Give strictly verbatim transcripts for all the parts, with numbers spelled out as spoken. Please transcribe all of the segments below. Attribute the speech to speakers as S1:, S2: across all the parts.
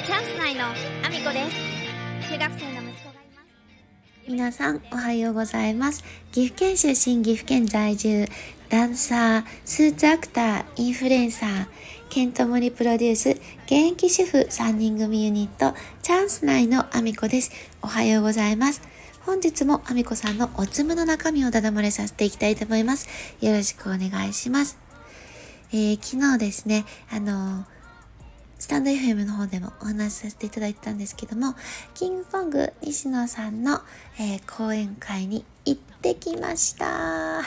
S1: チャンス内のアミコです。中学生の息子がいます。
S2: 皆さんおはようございます。岐阜県出身、岐阜県在住、ダンサー、スーツアクター、インフルエンサー、ケントモリプロデュース、現役主婦さんにん組ユニット、チャンス内のアミコです。おはようございます。本日もアミコさんのおつむの中身をダダ漏れさせていきたいと思います。よろしくお願いします。えー、昨日ですね、あのースタンド エフエム の方でもお話しさせていただいたんですけども、キングコング西野さんの、えー、講演会に行ってきました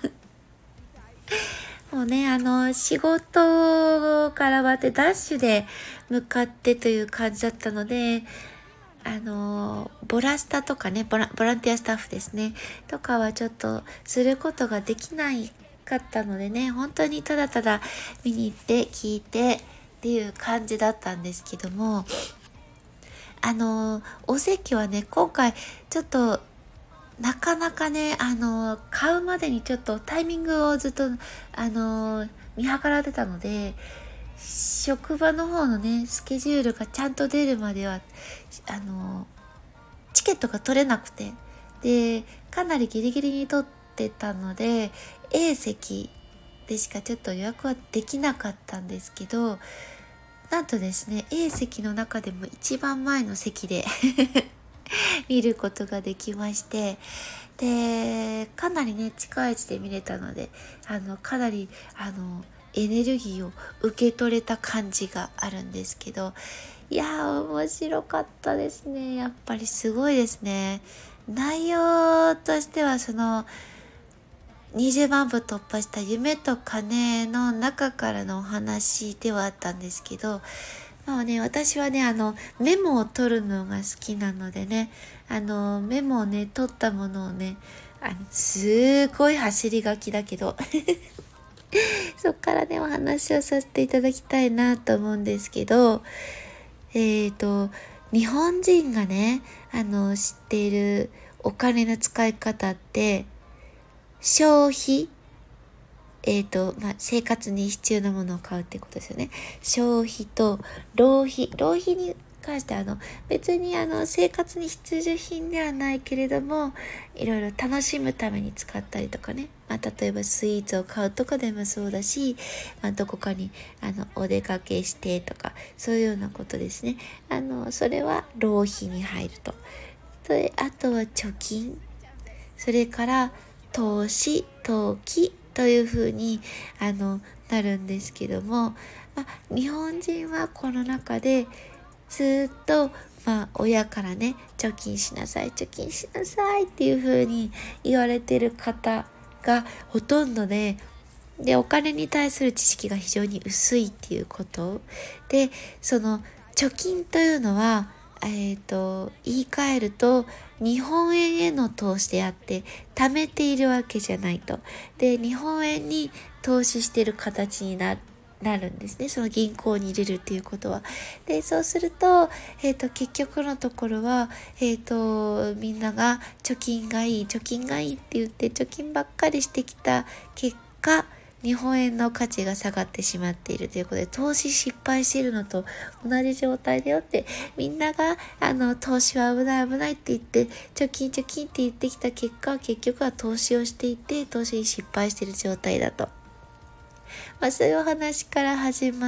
S2: もうね、あの仕事から終わってダッシュで向かってという感じだったので、あのボラスタとかねボラ、ボランティアスタッフですねとかはちょっとすることができないかったのでね、本当にただただ見に行って聞いてっていう感じだったんですけども、あのお席はね、今回ちょっとなかなかね、あの買うまでにちょっとタイミングをずっとあの見計らってたので、職場の方のねスケジュールがちゃんと出るまではあのチケットが取れなくて、でかなりギリギリに取ってたので A 席でしかちょっと予約はできなかったんですけど、なんとですね A 席の中でも一番前の席で見ることができまして、でかなりね近い位置で見れたので、あのかなりあのエネルギーを受け取れた感じがあるんですけど、いやー面白かったですね。やっぱりすごいですね。内容としてはそのにじゅうまんぶ突破した夢と金の中からのお話ではあったんですけど、まあね、私はね、あの、メモを取るのが好きなのでね、あの、メモをね、取ったものをね、あの、すごい走り書きだけど、そっからね、お話をさせていただきたいなと思うんですけど、えっと、日本人がね、あの、知っているお金の使い方って、消費、えっと、まあ、生活に必要なものを買うってことですよね。消費と浪費。浪費に関しては、あの、別にあの、生活に必需品ではないけれども、いろいろ楽しむために使ったりとかね。まあ、例えばスイーツを買うとかでもそうだし、まあ、どこかに、あの、お出かけしてとか、そういうようなことですね。あの、それは浪費に入ると。で、あとは貯金。それから、投資、投機というふうにあのなるんですけども、まあ、日本人はこの中でずっと、まあ、親からね貯金しなさい貯金しなさいっていうふうに言われてる方がほとんどで、でお金に対する知識が非常に薄いっていうことで、その貯金というのはえーと、言い換えると日本円への投資であって貯めているわけじゃないと。で日本円に投資している形にななるんですね。その銀行に入れるっていうことは。でそうすると、えーと、結局のところは、えーと、みんなが貯金がいい貯金がいいって言って貯金ばっかりしてきた結果、日本円の価値が下がってしまっているということで、投資失敗しているのと同じ状態だよって、みんながあの投資は危ない危ないって言って貯金貯金って言ってきた結果、結局は投資をしていて投資に失敗している状態だと、まあ、そういうお話から始まって、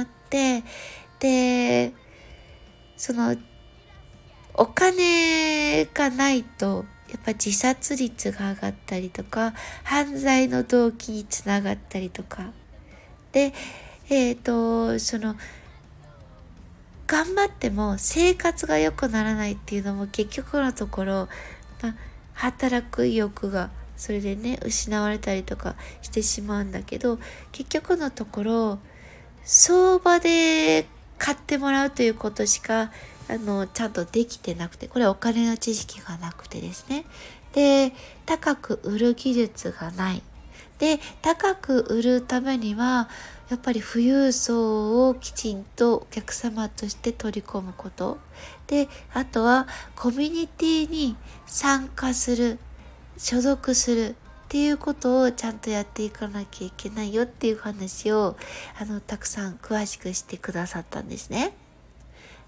S2: でそのお金がないとやっぱ自殺率が上がったりとか、犯罪の動機につながったりとかで、えっとその頑張っても生活が良くならないっていうのも結局のところ、まあ、働く意欲がそれでね失われたりとかしてしまうんだけど、結局のところ相場で買ってもらうということしかあのちゃんとできてなくて、これはお金の知識がなくてですね、で高く売る技術がない。で高く売るためにはやっぱり富裕層をきちんとお客様として取り込むことで、あとはコミュニティに参加する、所属するっていうことをちゃんとやっていかなきゃいけないよっていう話をあのたくさん詳しくしてくださったんですね。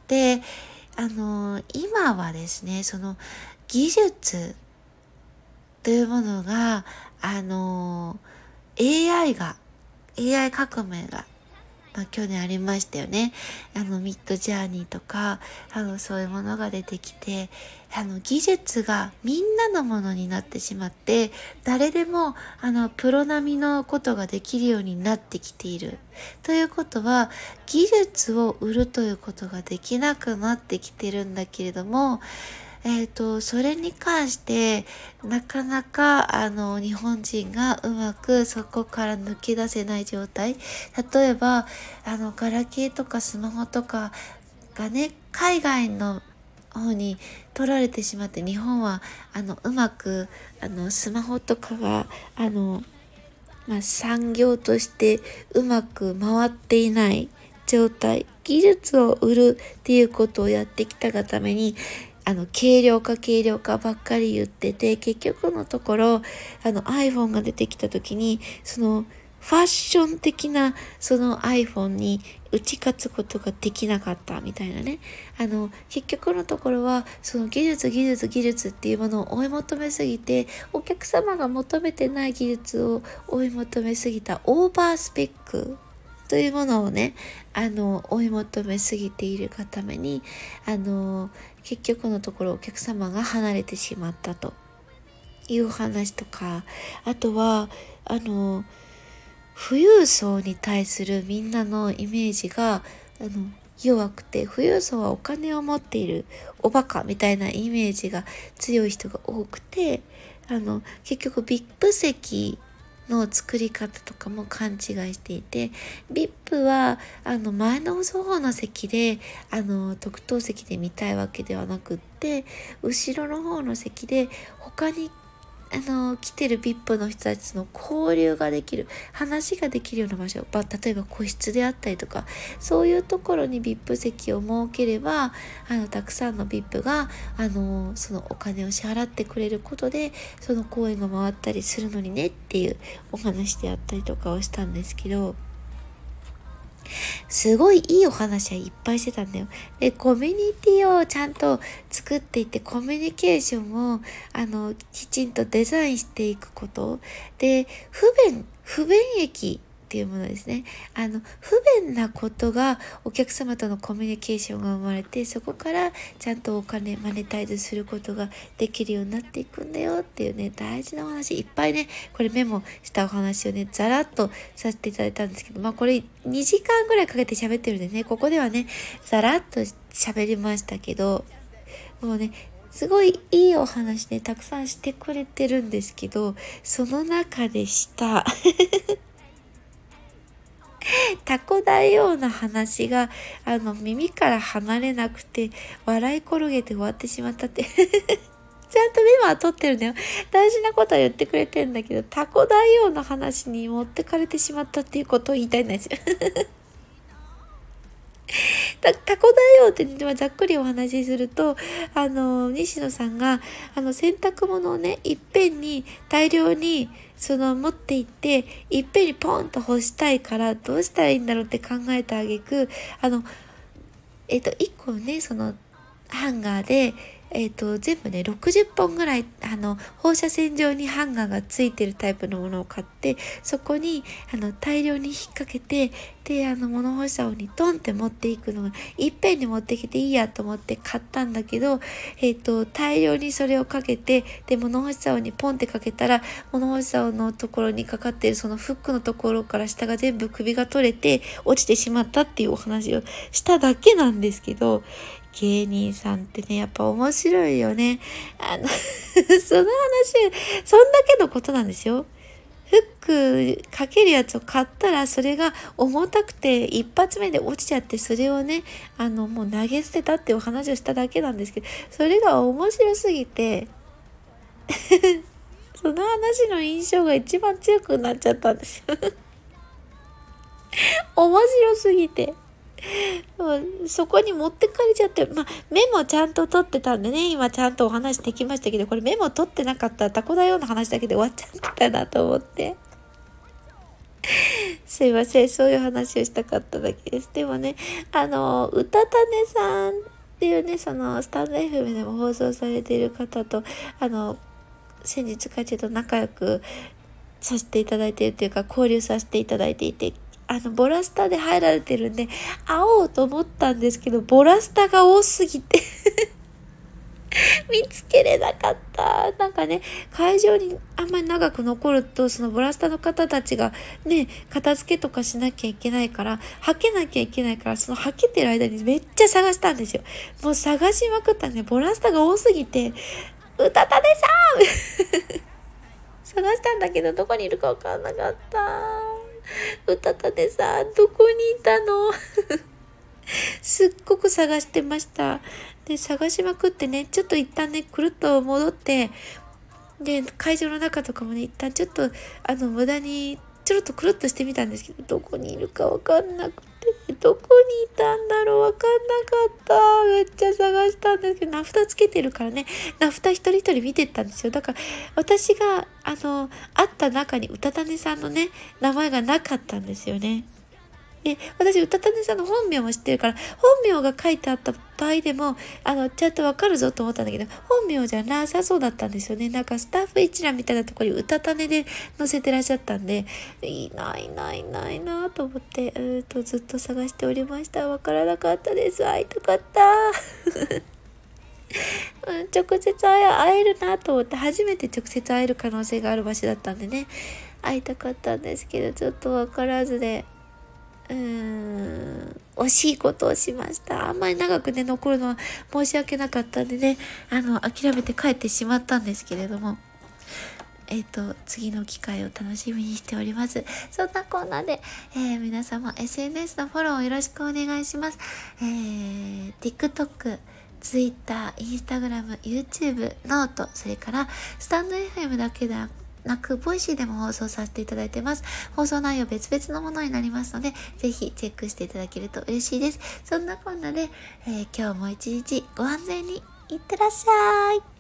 S2: で、あの今はですね、その技術というものが、あの エーアイ が エーアイ 革命が、まあ、去年ありましたよね。あのミッドジャーニーとか、あのそういうものが出てきて、あの技術がみんなのものになってしまって、誰でもあのプロ並みのことができるようになってきているということは、技術を売るということができなくなってきてるんだけれども、えーと、それに関してなかなかあの日本人がうまくそこから抜け出せない状態。例えばあのガラケーとかスマホとかがね、海外の方に取られてしまって、日本はあのうまくあのスマホとかがあの、まあ、産業としてうまく回っていない状態。技術を売るっていうことをやってきたがために、あの軽量化軽量化ばっかり言ってて、結局のところあの iPhone が出てきた時に、そのファッション的なその iPhone に打ち勝つことができなかったみたいなね。あの結局のところはその技術技術技術っていうものを追い求めすぎて、お客様が求めてない技術を追い求めすぎたオーバースペックというものをね、あの追い求めすぎているがために、あの結局のところお客様が離れてしまったという話とか、あとはあの富裕層に対するみんなのイメージがあの弱くて、富裕層はお金を持っているおバカみたいなイメージが強い人が多くて、あの結局 ブイアイピー 席の作り方とかも勘違いしていて、 ブイアイピー はあの前の方の席であの特等席で見たいわけではなくって、後ろの方の席で他にあの来てる ブイアイピー の人たちの交流ができる、話ができるような場所、例えば個室であったりとか、そういうところに ブイアイピー 席を設ければ、あのたくさんの ブイアイピー があのそのお金を支払ってくれることで、その公演が回ったりするのにねっていうお話であったりとかをしたんですけど、すごいいいお話はいっぱいしてたんだよ。で、コミュニティをちゃんと作っていって、コミュニケーションをあのきちんとデザインしていくことで、不便不便益っていうものですね。あの不便なことがお客様とのコミュニケーションが生まれて、そこからちゃんとお金マネタイズすることができるようになっていくんだよっていうね、大事なお話いっぱいね、これメモしたお話をねざらっとさせていただいたんですけど、まあこれにじかんぐらいかけて喋ってるんでね、ここではねざらっと喋りましたけど、もうねすごいいいお話ねたくさんしてくれてるんですけど、その中でしたタコ大王の話があの耳から離れなくて笑い転げて終わってしまったってちゃんとメモは取ってるんだよ。大事なことは言ってくれてるんだけど、タコ大王の話に持ってかれてしまったっていうことを言いたいんですよタコ大王って、ね、ざっくりお話しすると、あの西野さんがあの洗濯物をねいっぺんに大量にその持っていっていっぺんにポンと干したいからどうしたらいいんだろうって考えたあげく、あのえっといっこねそのハンガーでえっと全部ねろくじゅっぽんぐらいあの放射線状にハンガーがついてるタイプのものを買って、そこにあの大量に引っ掛けて、であの物干し竿にトンって持っていくのがいっぺんに持ってきていいやと思って買ったんだけど、えっと大量にそれをかけて、で物干し竿にポンってかけたら物干し竿のところにかかっているそのフックのところから下が全部首が取れて落ちてしまったっていうお話をしただけなんですけど、芸人さんってねやっぱ面白いよね。あのその話そんだけのことなんですよ。フックかけるやつを買ったらそれが重たくて一発目で落ちちゃって、それをねあのもう投げ捨てたっていうお話をしただけなんですけど、それが面白すぎてその話の印象が一番強くなっちゃったんですよ面白すぎてもうそこに持ってかれちゃって、まあメモちゃんと取ってたんでね、今ちゃんとお話できましたけど、これメモ取ってなかったらタコだような話だけで終わっちゃってたなと思ってすすいません。そういう話をしたかっただけです。でもね、あの、うたたねさんっていうね、その、スタンド エフエム でも放送されている方と、あの、先日からちょっと仲良くさせていただいているというか、交流させていただいていて、あの、ボラスタで入られてるんで、会おうと思ったんですけど、ボラスタが多すぎて見つけれなかった。なんかね、会場にあんまり長く残ると、そのボラスタの方たちがね、片付けとかしなきゃいけないから、はけなきゃいけないから、そのはけてる間にめっちゃ探したんですよ。もう探しまくったね。ボラスタが多すぎて、うたたねさん探したんだけど、どこにいるかわかんなかった。うたたねさん、どこにいたのすっごく探してました。で、探しまくってね、ちょっと一旦ね、くるっと戻って、で、会場の中とかもね、一旦ちょっと、あの、無駄に、ちょろっとくるっとしてみたんですけど、どこにいるかわかんなくて、どこにいたんだろうわかんなかった。めっちゃ探したんですけど、名札つけてるからね、名札一人一人見てったんですよ。だから、私が、あの、会った中に、うたたねさんのね、名前がなかったんですよね。で、私、うたたねさんの本名も知ってるから、本名が書いてあった場合でも、あの、ちゃんとわかるぞと思ったんだけど、本名じゃなさそうだったんですよね。なんか、スタッフ一覧みたいなところにうたたねで載せてらっしゃったんで、いないいないいないなと思って、うーと、ずっと探しておりました。わからなかったです。会いたかった。うん、直接会え、会えるなと思って、初めて直接会える可能性がある場所だったんでね、会いたかったんですけど、ちょっとわからずで、うーん、惜しいことをしました。あんまり長くね、残るのは申し訳なかったんでね、あの、諦めて帰ってしまったんですけれども、えっと、次の機会を楽しみにしております。そんなこんなで、えー、皆様 エスエヌエス のフォローをよろしくお願いします。えー、TikTok、Twitter、Instagram、YouTube、ノート、それからスタンド エフエム だけでなく、ボイシーでも放送させていただいてます。放送内容別々のものになりますので、ぜひチェックしていただけると嬉しいです。そんなこんなで、えー、今日も一日ご安全にいってらっしゃい。